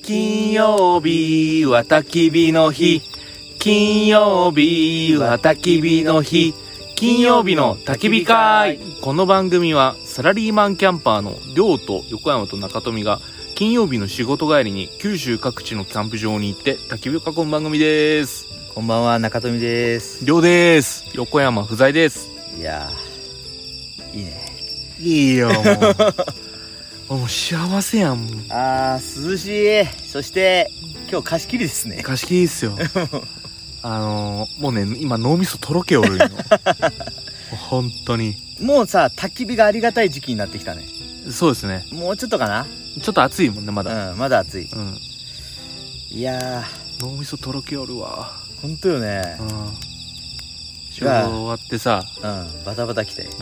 金曜日は焚き火の日。金曜日は焚き火の日。金曜日の焚き火会。この番組はサラリーマンキャンパーの亮と横山と中富が金曜日の仕事帰りに九州各地のキャンプ場に行って焚き火を囲む番組です。 こんばんは、中富です。 亮です。横山不在です。 いやー、いいね。 いいよもうもう幸せやん。 涼しい。そして今日貸し切りですね。 貸し切りですよもうね、今脳みそとろけおるよ本当に。 もうさ、焚き火がありがたい時期になってきたね。 そうですね。 もうちょっとかな。 ちょっと暑いもんね、まだ。 まだ暑い。いやー、脳みそとろけおるわ。 ほんとよね。 仕事終わってさ、 バタバタ来て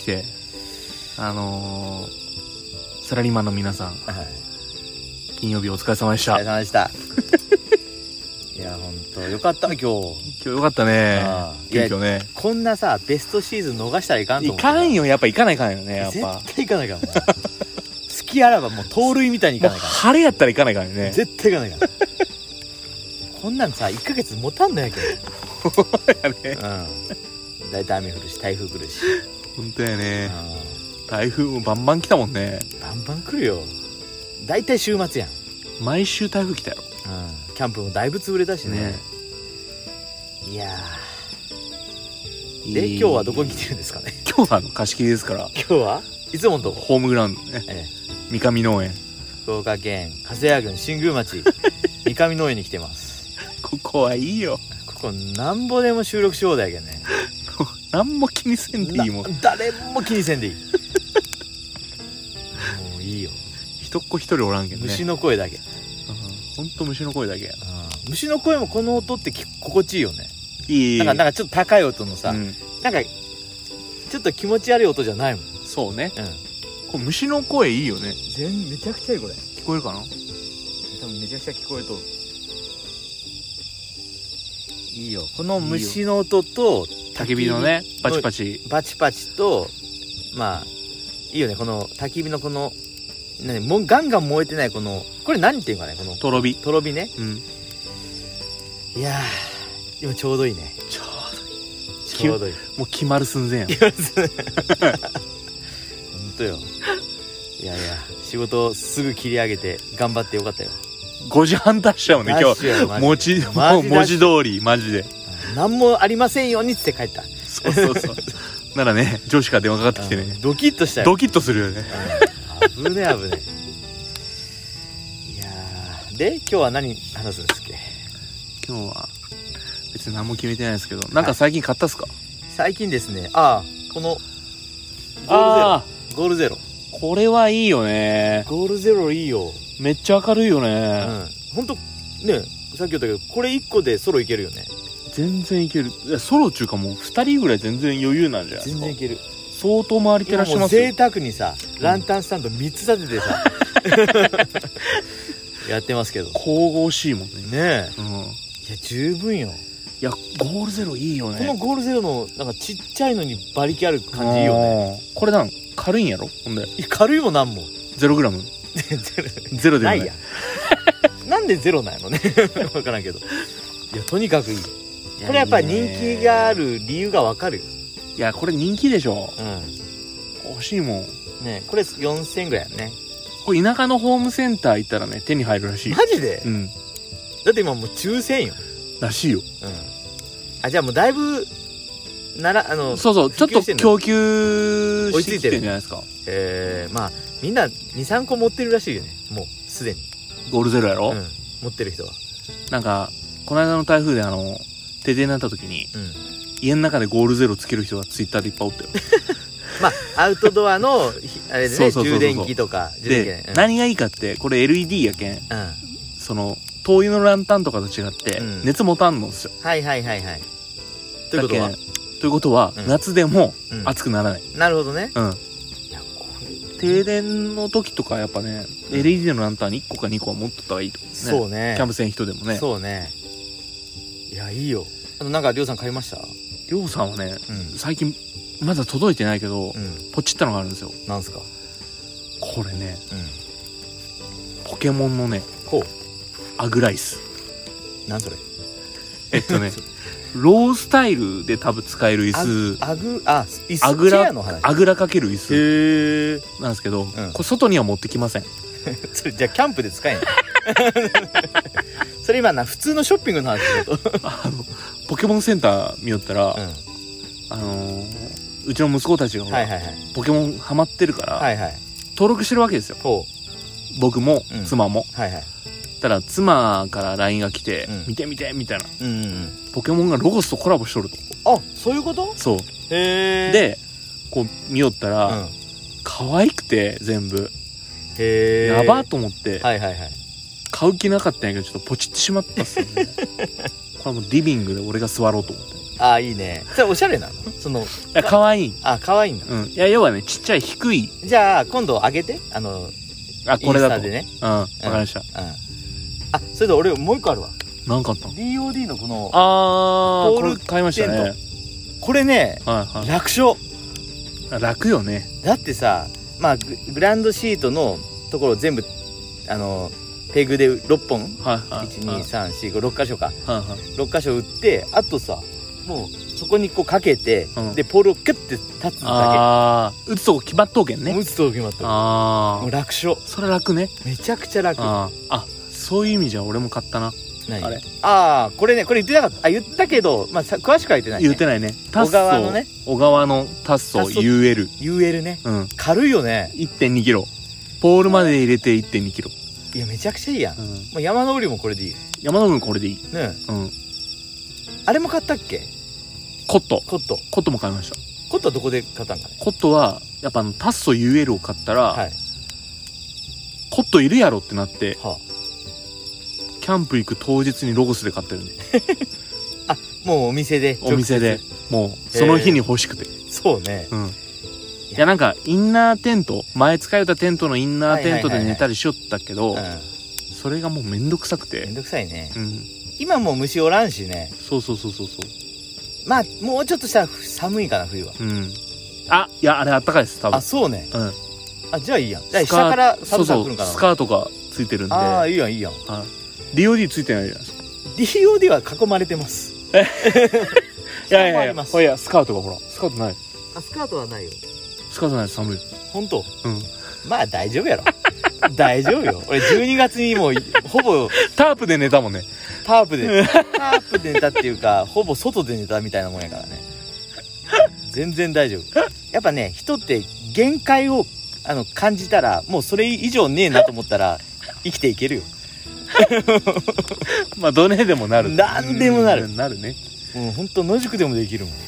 サラリーマンの皆さん、金曜日お疲れ様でした。 お疲れ様でしたいや、ほんとよかった今日よかったね。急遽ね。 こんなさ、ベストシーズン逃したらいかんと思う。 いかんよ、やっぱ行かないかんよね、やっぱ。 絶対行かないかん好きあらばもう盗塁みたいに行かないかん。 晴れやったら行かないかんよね。 絶対行かないかんこんなんさ、1ヶ月持たんのやけどそうやね。 だいたい雨降るし、台風来るし。 ほんとやね。台風もバンバン来たもんね。 バンバン来るよ。だいたい週末やん。 毎週台風来たよ。 キャンプもだいぶ潰れたしね。いやー。で、今日はどこに来てるんですかね。 今日は貸し切りですから。 今日はいつものとこ。 ホームグラウンドね。三上農園。 福岡県粕谷郡新宮町三上農園に来てます。 ここはいいよ。 ここなんぼでも収録しようだけどね。 何も気にせんでいいもん。 誰も気にせんでいいもういいよ。一人おらんけどね。 虫の声だけ。 ほんと虫の声だけや。 虫の声もこの音って心地いいよね。 いい。 なんかちょっと高い音のさ、なんかちょっと気持ち悪い音じゃないもん。 そうね。これ虫の声いいよね。 めちゃくちゃいい。これ聞こえるかな。 多分めちゃくちゃ聞こえとる。いいよ。この虫の音と焚き火のね、パチパチと、まあいいよね。この焚き火のこのもうガンガン燃えてないこの、これ何っていうかね、このとろ火ね。いやー、今ちょうどいいね。ちょうどいい。 もう決まる寸前やん。ほんとよ。いやいや、仕事すぐ切り上げて頑張ってよかったよ。 5時半出しちゃうね、今日。文字通り、マジで。 何もありませんようにって帰った。 そうならね、上司から電話かかってきてね。 ドキッとしたよ。 ドキッとするよね。 危ね。いやー、で、今日は何話すんですっけ。 今日は別に何も決めてないですけど、なんか最近買ったっすか。 最近ですね、このゴールゼロ。 これはいいよね。 ゴールゼロいいよ。 めっちゃ明るいよね。 ほんとね、さっき言ったけどこれ1個でソロいけるよね。 全然いける。いや、ソロ中かもう2人ぐらい全然余裕なんじゃないですか。 全然いける。 相当回りてらっしゃいますよ。 贅沢にさ、ランタンスタンド3つ立ててさやってますけど、 神々しいもんね。 いや、十分よ。 いや、ゴールゼロいいよね。 このゴールゼロのなんかちっちゃいのに馬力ある感じいいよね。 これ軽いんやろ。ほんで軽いもなんも 0g ゼロでないやなんでゼロなんやろね分からんけど。いや、とにかくいい。これやっぱり人気がある理由がわかるよ。 いや、これ人気でしょ。欲しいもんね。これ4000円ぐらいやね。 これ田舎のホームセンター行ったらね、手に入るらしい。 マジで。だって今もう抽選よ。 らしいよ。 じゃあもうだいぶそう、ちょっと供給してきてるんじゃないですか。 まあみんな 2,3 個持ってるらしいよね。もうすでにゴールゼロやろ。 持ってる人は。なんかこの間の台風で停電になった時に、家の中でゴールゼロつける人がツイッターでいっぱいおったよまあアウトドアのあれでね、充電器とかで、何がいいかって、これ LED やけん、その灯油のランタンとかと違って、熱持たんのですよ。ということは、夏でも熱くならない。 なるほどね。 停電の時とかやっぱね、LED のランタンに1個か2個は持っとった方がいいと思うね。 そうね。 キャンプせん人でもね。 そうね。いや、いいよ。なんかりょうさん買いました？ りょうさんはね、最近まだ届いてないけど、ポチったのがあるんですよ。 なんすか？ これね、ポケモンのね、 アグライス。 なんそれ。 ロースタイルで多分使える椅子。 椅子。 あぐらチェアの話。 あぐらかける椅へ子なんですけど、 うん、 これ外には持ってきません。 それじゃあキャンプで使えんのそれ今普通のショッピングの話だとポケモンセンター見よったら、うちの息子たちがほら、ポケモンハマってるから、登録してるわけですよ。僕も妻も。ただ妻から LINE が来て、見て見てみたいな、ポケモンがロゴスとコラボしとると。 あ、そういうこと？ そう。でこう見よったら、可愛くて全部やばーと思って、買う気なかったんやけどちょっとポチってしまったっすよねこれもうリビングで俺が座ろうと思って。 ああ、いいね。それおしゃれなの？いや、可愛い。 あ、可愛いんだ。 いや、要はね、ちっちゃい低い。 じゃあ今度上げて、 これだと。インスタでね。 わかりました。 あ、それで俺もう一個あるわ。 なんかあったの？ DOD のこのこれ買いましたね。 これね、楽勝。 楽よね。 だってさ、まあグランドシートのところ全部ペグで6本、1,2,3,4,5,6箇所か、6箇所打って、あとさ、もうそこにこうかけて、でポールをキュッて立つだけ。打つとこ決まっとうけんね。 打つとこ決まっとる。もう楽勝。 それ楽ね。 めちゃくちゃ楽。 そういう意味じゃ俺も買ったな。 あれ、これね、これ言ってなかった。言ったけど、まあ詳しくは言ってない。 言ってないね。 小川のね、 小川のタッソ UL ね。軽いよね。 1.2 キロ。ポールまで入れて 1.2 キロ。 いや、めちゃくちゃいいやん。もう山登りもこれでいい。 山登りもこれでいいね。あれも買ったっけ？ コットも買いました。 コットはどこで買ったんかね？ コットはやっぱタッソ UL を買ったら、コットいるやろってなって、キャンプ行く当日にロゴスで買ったよねあ、もうお店でもうその日に欲しくて。 そうね。 いや、なんかインナーテント、前使えたテントのインナーテントで寝たりしよったけど、それがもうめんどくさくて。 めんどくさいね。今もう虫おらんしね。 そう。 まあもうちょっとしたら寒いかな、冬は。 いや、あれあったかいです多分。 そうね。じゃあいいやん。じゃあ下から寒さ来るんかな。 スカートがついてるんで。 いいやん、いいやん。 DOD ついてないじゃないですか。 DOD は囲まれてます。 いや、スカートがほら、スカートない。 スカートはないよ。 スカートない、寒い。 本当？まあ大丈夫やろ。大丈夫よ。俺12月にもうほぼタープで寝たもんね。 タープで寝たっていうか、ほぼ外で寝たみたいなもんやからね。全然大丈夫。やっぱね、人って限界を感じたら、もうそれ以上ねえなと思ったら生きていけるよ。 まあどれでもなる。 なんでもなる。 なるね。 もうほんと野宿でもできるもん。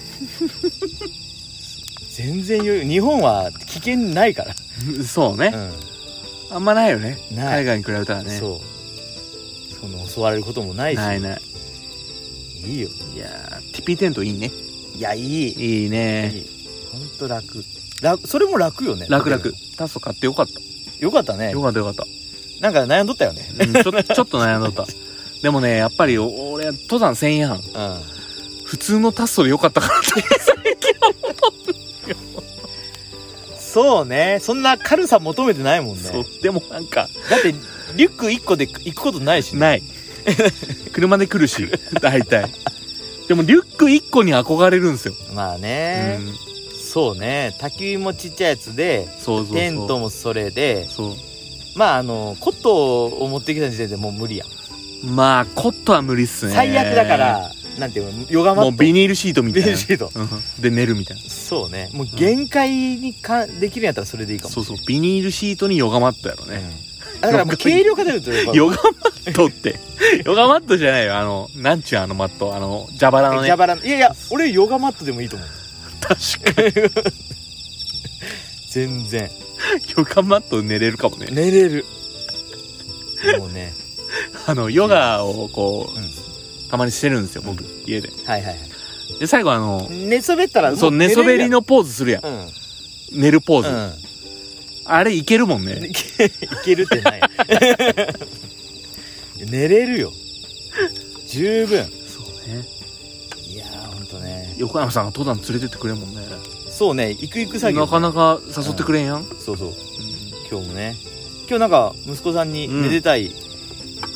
全然余裕。日本は危険ないから。 そうね。あんまないよね。海外に比べたらね。 そう。襲われることもないし。ない。いいよ。 いやー、TP テントいいね。 いや、いい。 いいね。 ほんと楽。それも楽よね。 楽。タスト買ってよかった。 よかったね。 よかった。 なんか悩んどったよね。 ちょっと悩んどった。でもね、やっぱり俺登山せんやん。普通のタストでよかったからって最近は思ってるよ。 そうね。そんな軽さ求めてないもんね。 そう。でもなんかだってリュック1個で行くことないしね。 ない。車で来るし、大体。でもリュック1個に憧れるんですよ。 まあね。そうね。焚き火もちっちゃいやつで、テントもそれで、まあコットを持ってきた時点でもう無理やん。 まあコットは無理っすね。 最悪だから、なんていうの、ヨガマット。 もうビニールシートみたいな。 ビニールシート。 で寝るみたいな。 そうね。もう限界にできるんやったらそれでいいかも。 そう。ビニールシートにヨガマットやろね。 だからもう軽量化出るとヨガマットって、ヨガマットじゃないよ。なんちゅうマット。蛇腹のね。 蛇腹の。いや、俺ヨガマットでもいいと思う。 確かに。 全然。 ヨガマット寝れるかもね。 寝れる。もうね。 ヨガをこう、たまにしてるんですよ、僕、家で。で、最後寝そべったら、 そう、寝そべりのポーズするやん。寝るポーズ。あれ、いけるもんね。 いけるってない。寝れるよ。十分。 そうね。 いやー、ほんとね。 横山さんが登山連れてってくれんもんね。 そうね、行く作業。 なかなか誘ってくれんやん。 そう。今日もね。今日なんか、息子さんにめでたい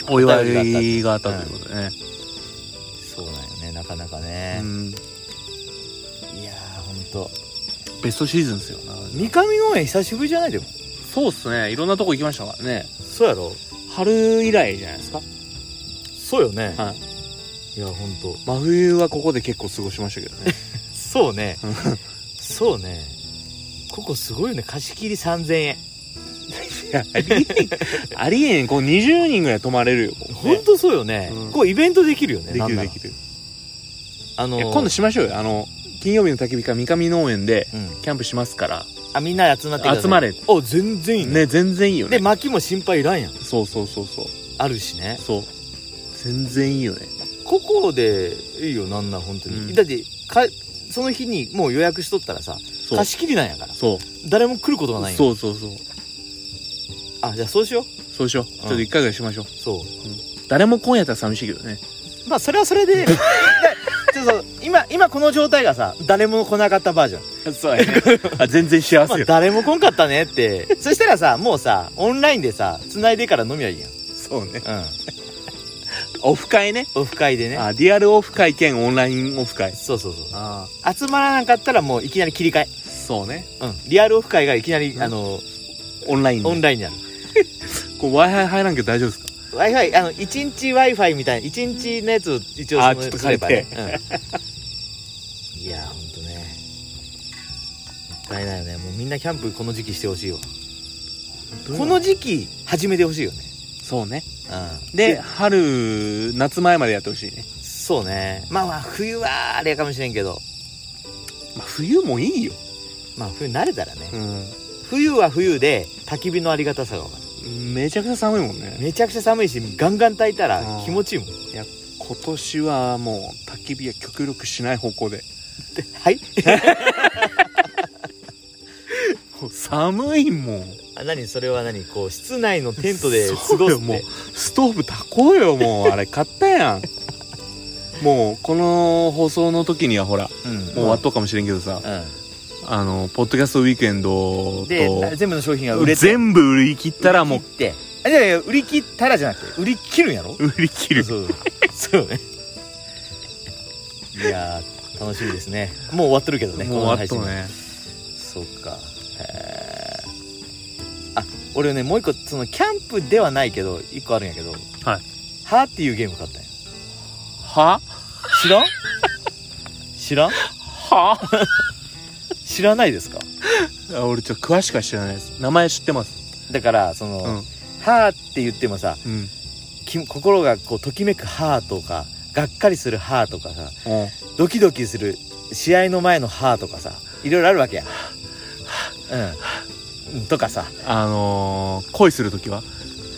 お祝いがあったということでね。 そうなんよね、なかなかね。いやー、ほんと。 ベストシーズンですよ。 三上農園久しぶりじゃないでも。 そうっすね。いろんなとこ行きましたからね。 そうやろ。 春以来じゃないですか。 そうよね。 はい。 いや、ほんと。 真冬はここで結構過ごしましたけどね。 そうね。そうね。ここすごいよね。貸し切り3000円。 いや、ありえん。こう20人ぐらい泊まれるよ。 ほんとそうよね。こうイベントできるよね。 できるできる。 今度しましょうよ。金曜日の焚き火か三上農園でキャンプしますから。 みんなで集まって集まれ。 全然いいね。 全然いいよね。 で、薪も心配いらんやん。 そう。 あるしね。 そう。全然いいよね。 ここでいいよ、なんなら本当に。だってその日にもう予約しとったらさ、貸し切りなんやから。そう。誰も来ることがないよ。そう。じゃあそうしよう。ちょっと一回ぐらいしましょう。そう。 誰も来んやったら寂しいけどね。 まあそれはそれで今この状態がさ、誰も来なかったバージョン。 そうやね。全然幸せよ。 誰も来んかったねって。そしたらさ、もうさ、オンラインでさ、繋いでから飲みゃいいやん。 そうね。オフ会ね。 オフ会でね。 リアルオフ会兼オンラインオフ会。 そう。集まらなかったらもういきなり切り替え。 そうね。 リアルオフ会がいきなり、 オンラインになる。 こう Wi-Fi 入らんけど大丈夫ですか？ Wi-Fi、1日 Wi-Fi みたいな、1日のやつを一応ちょっと借りて。 いやー、ほんとね。もったいないよね。もうみんなキャンプこの時期してほしいよ。この時期始めてほしいよね。 そうね。で、夏前までやってほしいね。 そうね。まあ冬はあれかもしれんけど。 冬もいいよ。 冬慣れたらね。冬は冬で焚き火のありがたさが分かる。 めちゃくちゃ寒いもんね。 めちゃくちゃ寒いし、ガンガン焚いたら気持ちいいもん。いや、今年はもう焚き火は極力しない方向で。 はいもう寒いもん。 それはこう室内のテントで過ごす。 もうストーブ炊こうよ。もうあれ買ったやん。もうこの放送の時にはほら、もう終わっとうかもしれんけどさ、ポッドキャストウィークエンドとで全部の商品が売れて全部売り切ったらもういや売り切ったらじゃなくて売り切るんやろ。 売り切る。 そうね。いやー、楽しみですね。もう終わってるけどね。 もう終わっとね。 そっか。俺ね、もう一個キャンプではないけど一個あるんやけど、はっていうゲーム買ったんや。 は？ 知らんは知らないですか？ 俺ちょっと詳しくは知らないです。名前知ってます。 だからはって言ってもさ、心がこうときめくはとか、がっかりするはとかさ、ドキドキする試合の前のはとかさ、いろいろあるわけや。とかさ、 恋するときは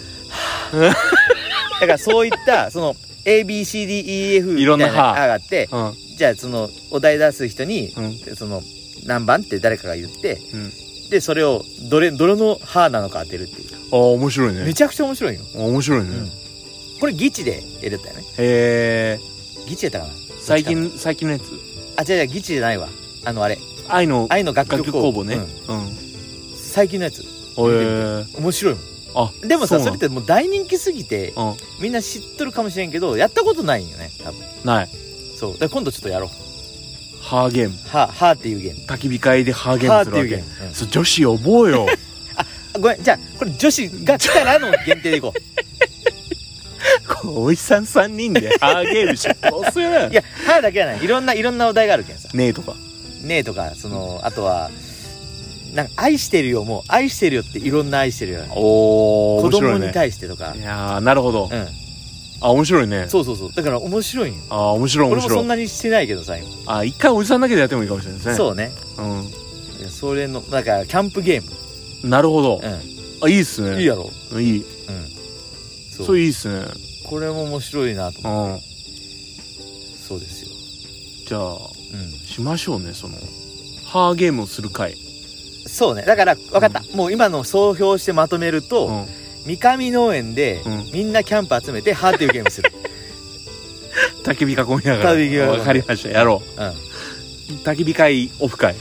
だからそういったABCDEF みたいな歯があって、じゃあお題出す人に、何番って誰かが言って、でそれをどの歯なのか当てるっていう。 面白いね。 めちゃくちゃ面白いよ。 面白いね。 これギチでやれたよね。ギチやったかな。 最近のやつ。 違うギチじゃないわ。あれ愛の楽曲工房ね。最近のやつ。面白いもん。でもさ、それってもう大人気すぎて、みんな知っとるかもしれんけど、やったことないんよね、多分。 ない。 そう。だから今度ちょっとやろう。 ハーゲーム。 ハーっていうゲーム。 焚き火会でハーゲームするわけ。ハーっていうゲーム。そう、女子呼ぼうよ。 ごめん、じゃあ、これ女子が来たらの限定でいこう。おじさん3人でハーゲームしようする。 いや、ハーだけはない。いろんなお題があるけんさ。 ねえとか、 あとは、愛してるよ、もう愛してるよっていろんな愛してるよ。子供に対してとか。 いやー、なるほど。面白いね。 そう。だから面白いんよ。 面白い。 俺もそんなにしてないけどさ、 今。一回おじさんだけでやってもいいかもしれないですね。 そうね。それの、だからキャンプゲーム。 なるほど。いいっすね。 いいやろ。 いい。そういいっすね。 これも面白いなと思って。そうですよ。 じゃあ、しましょうね、ハーゲームをする会。 そうね。だから、分かった。もう今の総評してまとめると、三上農園で、みんなキャンプ集めて、ハーっていうゲームする。 焚き火囲みながら。わかりました。やろう。焚き火会、オフ会。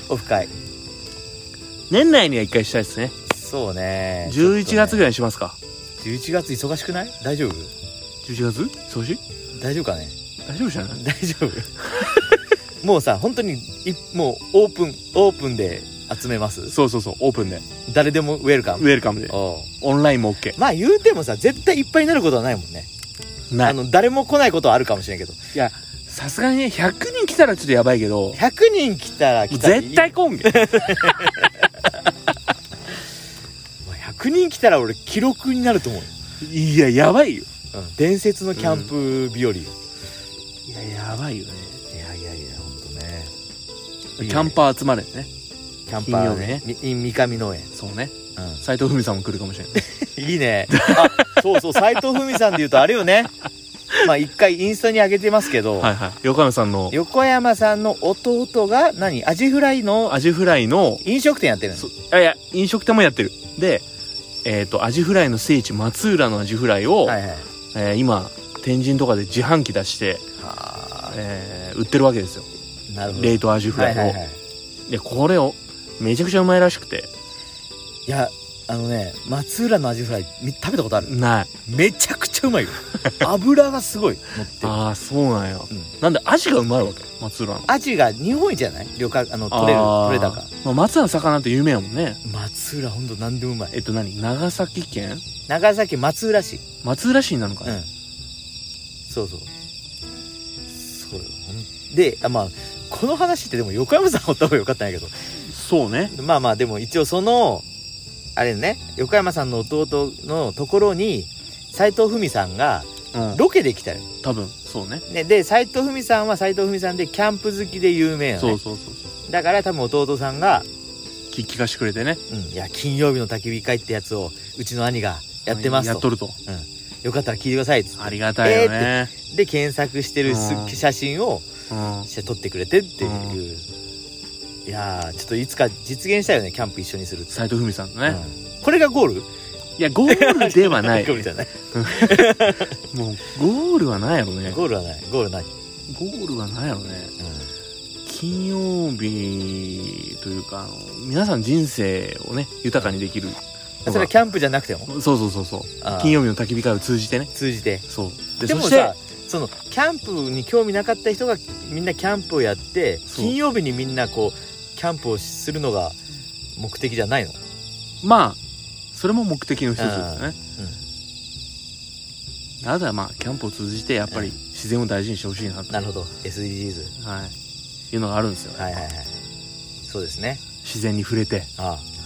年内には一回したいですね。 そうね。 11月ぐらいにしますか。 11月忙しくない？大丈夫？ 11月少し大丈夫かね。 大丈夫じゃない？ 大丈夫もうさ、本当にもうオープンで集めます。 そうそうそう、オープンで誰でもウェルカム。 ウェルカムでオンラインも OK。 まあ言うてもさ、絶対いっぱいになることはないもんね。 ない。 誰も来ないことはあるかもしれんけど。 いや、さすがにね、100人来たらちょっとやばいけど、 100人来たら絶対来んげ 100人来たら俺記録になると思うよ。 いや、やばいよ。 伝説のキャンプ日和よ。 いや、やばいよね。 いや、ほんとね。 キャンパー集まれね。 キャンパーね。三上農園。 そうね。斉藤文さんも来るかもしれない。 いいね。そうそう、斉藤文さんで言うとあれよね。まあ一回インスタに上げてますけど、 はいはい。横山さんの弟がアジフライの飲食店やってるの。 いや、飲食店もやってる。で、アジフライの聖地松浦のアジフライを、今天神とかで自販機出して、売ってるわけですよ。 なるほど。 冷凍アジフライを。で、これをめちゃくちゃうまいらしくて。 いや、松浦のアジフライ食べたことある？ ない。 めちゃくちゃうまいよ。油がすごい乗ってる。 ああ、そうなんや。なんでアジがうまいわけ？松浦のアジが日本一じゃない？取れ高。 まあ、松浦の魚って有名やもんね。 松浦ほんと何でもうまい。 長崎県松浦市。 松浦市になるのかな。 そうよ。で、まあこの話ってでも横山さんおった方がよかったんやけど。 そうね。 まあでも一応あれね、横山さんの弟のところに斉藤文さんがロケで来たよ。 多分そうね。 で斉藤文さんは斉藤文さんでキャンプ好きで有名やね。そう。だから多分弟さんが聞かしてくれてね。 いや、金曜日の焚き火会ってやつをうちの兄がやってますと。 やっとると。 よかったら聞いてくださいっつって。 ありがたいよね。 で検索してる写真を撮ってくれてっていう。いやー、ちょっといつか実現したよね、キャンプ一緒にするって。 斉藤文さんとね。 これがゴール？ いや、ゴールではない。 ゴールじゃない。 もう、ゴールはないやろね。 ゴールはない。ゴールないやろね。金曜日というか、皆さん人生をね、豊かにできる。 それはキャンプじゃなくても？ そう。金曜日の焚き火会を通じてね。 そう。 でもさ、キャンプに興味なかった人がみんなキャンプをやって、金曜日にみんなこう、キャンプをするのが目的じゃないの？ まあ、それも目的の一つですよね。ただまあ、キャンプを通じてやっぱり自然を大事にしてほしいなと。 なるほど。SDGs。 はい。いうのがあるんですよ。 そうですね。 自然に触れて。いやー、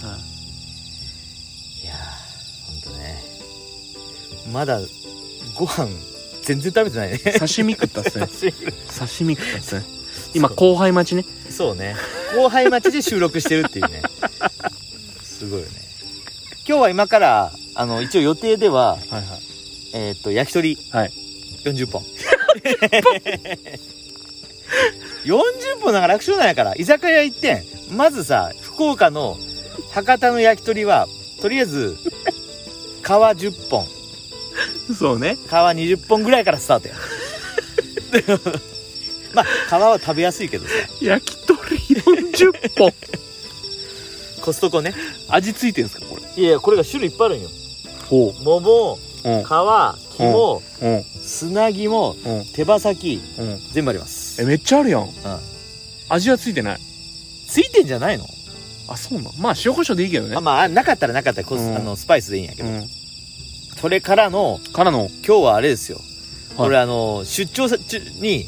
ほんとね。まだ、ご飯、全然食べてないね。 刺身食ったっすね。今、後輩待ちね。 そうね。後輩待ちで収録してるっていうね。すごいよね。今日は今から、一応予定では、焼き鳥、40本。40本なんか楽勝なんやから、居酒屋行ってん。まずさ、福岡の博多の焼き鳥は、とりあえず、皮10本。 そうね。 皮20本ぐらいからスタートや。まあ、皮は食べやすいけどさ。 焼き鳥40本。 コストコね。 味ついてんすかこれ？ いや、これが種類いっぱいあるんよ。桃、皮、肝、砂肝、手羽先、全部あります。 めっちゃあるやん。味はついてない？ ついてんじゃないの？ あ、そうなの？まあ塩コショウでいいけどね。 まあなかったらスパイスでいいんやけど。それからの今日はあれですよ。俺出張中に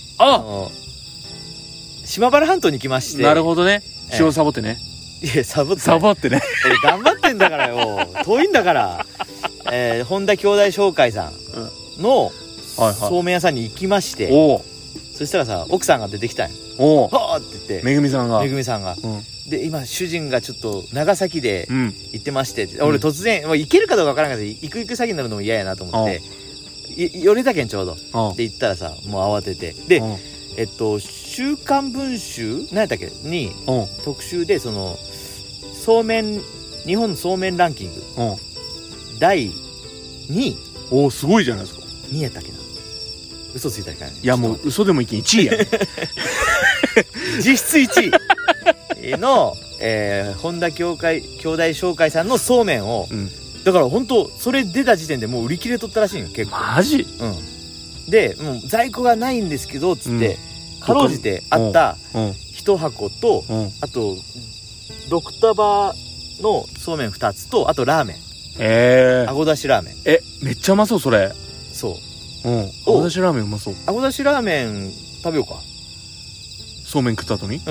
島原半島に来まして。 なるほどね。塩サボってね。 いや、サボってね。俺頑張ってんだからよ。遠いんだから。本田兄弟商会さんのそうめん屋さんに行きまして、そしたらさ、奥さんが出てきたんよ。はーって言って。 めぐみさんが。 で、今、主人がちょっと長崎で行ってまして、俺突然、行けるかどうかわからんけど、行く詐欺になるのも嫌やなと思って、寄れたけんちょうど。で、行ったらさ、もう慌てて。で、週刊文集何やったっけに、特集で、そうめん、日本そうめんランキング。第2位。 すごいじゃないですか。 2位やったっけな。嘘ついたらいかんね。 いや、もう嘘でもいけん1位やね。 実質1位の、本田兄弟商会さんのそうめんをだから本当それ出た時点でもう売り切れとったらしいよ結構。 マジ？ でもう在庫がないんですけどつって、かろうじてあった1箱と、あとドクタバのそうめん2つと、あとラーメン、あごだしラーメン。 めっちゃうまそうそれ。 そう、 あごだしラーメンうまそう。 あごだしラーメン食べようか。 そうめん食った後に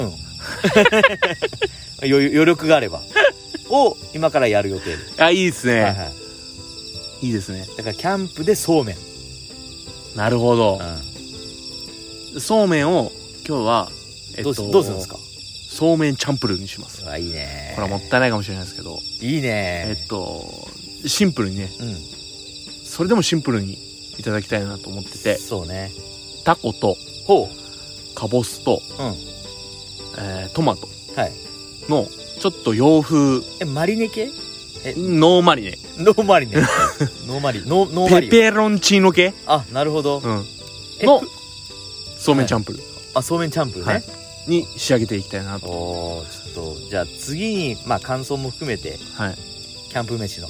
余力があればを今からやる予定で。 いいですね、いいですね。 だからキャンプでそうめん。 なるほど、そうめんを今日はどうするんですか？ そうめんチャンプルーにします。 いいね。 これはもったいないかもしれないですけど、 いいね。 シンプルにね、それでもシンプルにいただきたいなと思ってて。 そうね。 タコとかぼすと、トマトのちょっと洋風、 マリネ系？ ノーマリネ。 ノーマリネ。ノーマリ。ノーマリ。 ペペロンチーノ系？ なるほど。 のそうめんチャンプルー。 そうめんチャンプルーね。 に仕上げていきたいなと。 ちょっとじゃあ次に感想も含めて、キャンプ飯の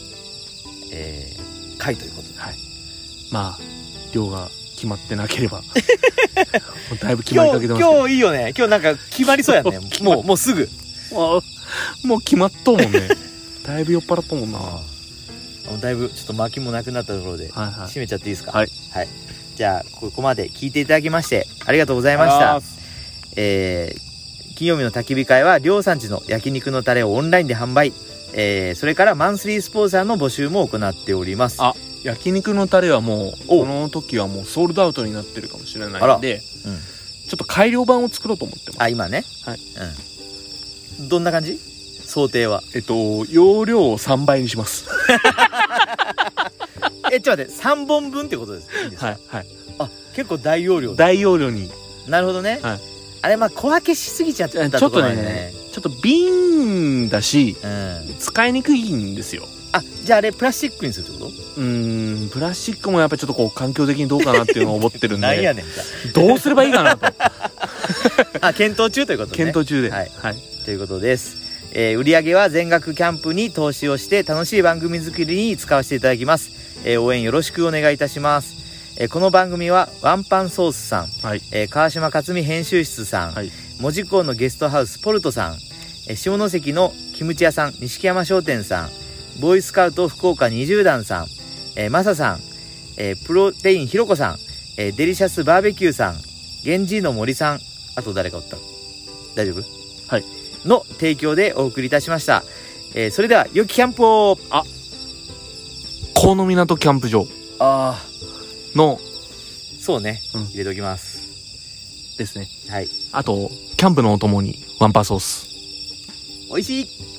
回ということで、 量が決まってなければもうだいぶ決まりかけてますけど。 今日いいよね。今日なんか決まりそうやね。もうすぐもう決まっとうもんね。だいぶ酔っ払っとうもんな。 だいぶちょっと巻きもなくなったところで締めちゃっていいですか？じゃあここまで聞いていただきましてありがとうございました。金曜日の焚き火会はりょうさんちの焼肉のタレをオンラインで販売、それからマンスリースポンサーの募集も行っております。 焼肉のタレはもうこの時はもうソールドアウトになってるかもしれないので、ちょっと改良版を作ろうと思ってます。 今ね。どんな感じ？想定は容量を3倍にします。 ちょっと待って、3本分ってことですか？いいですか？結構大容量に。なるほどね。あれ小分けしすぎちゃったところね。 ちょっと瓶だし、使いにくいんですよ。 じゃああれプラスチックにするってこと？ プラスチックもやっぱりちょっと環境的にどうかなっていうのを思ってるんで。 なんやねんどうすればいいかなと。 検討中ということでね。 検討中で。 ということです。売上は全額キャンプに投資をして楽しい番組作りに使わせていただきます。応援よろしくお願いいたします。この番組はワンパンソースさん、川島克美編集室さん、門司港のゲストハウスポルトさん、下関のキムチ屋さん錦山商店さん、ボーイスカウト福岡20段さん、マサさん、プロテインひろこさん、デリシャスバーベキューさん、ゲンジーの森さん、あと誰かおった？大丈夫？の提供でお送りいたしました。それでは良きキャンプを。 河野港キャンプ場のそうね、入れておきますですね。あとキャンプのお供にワンパーソース。 おいしい。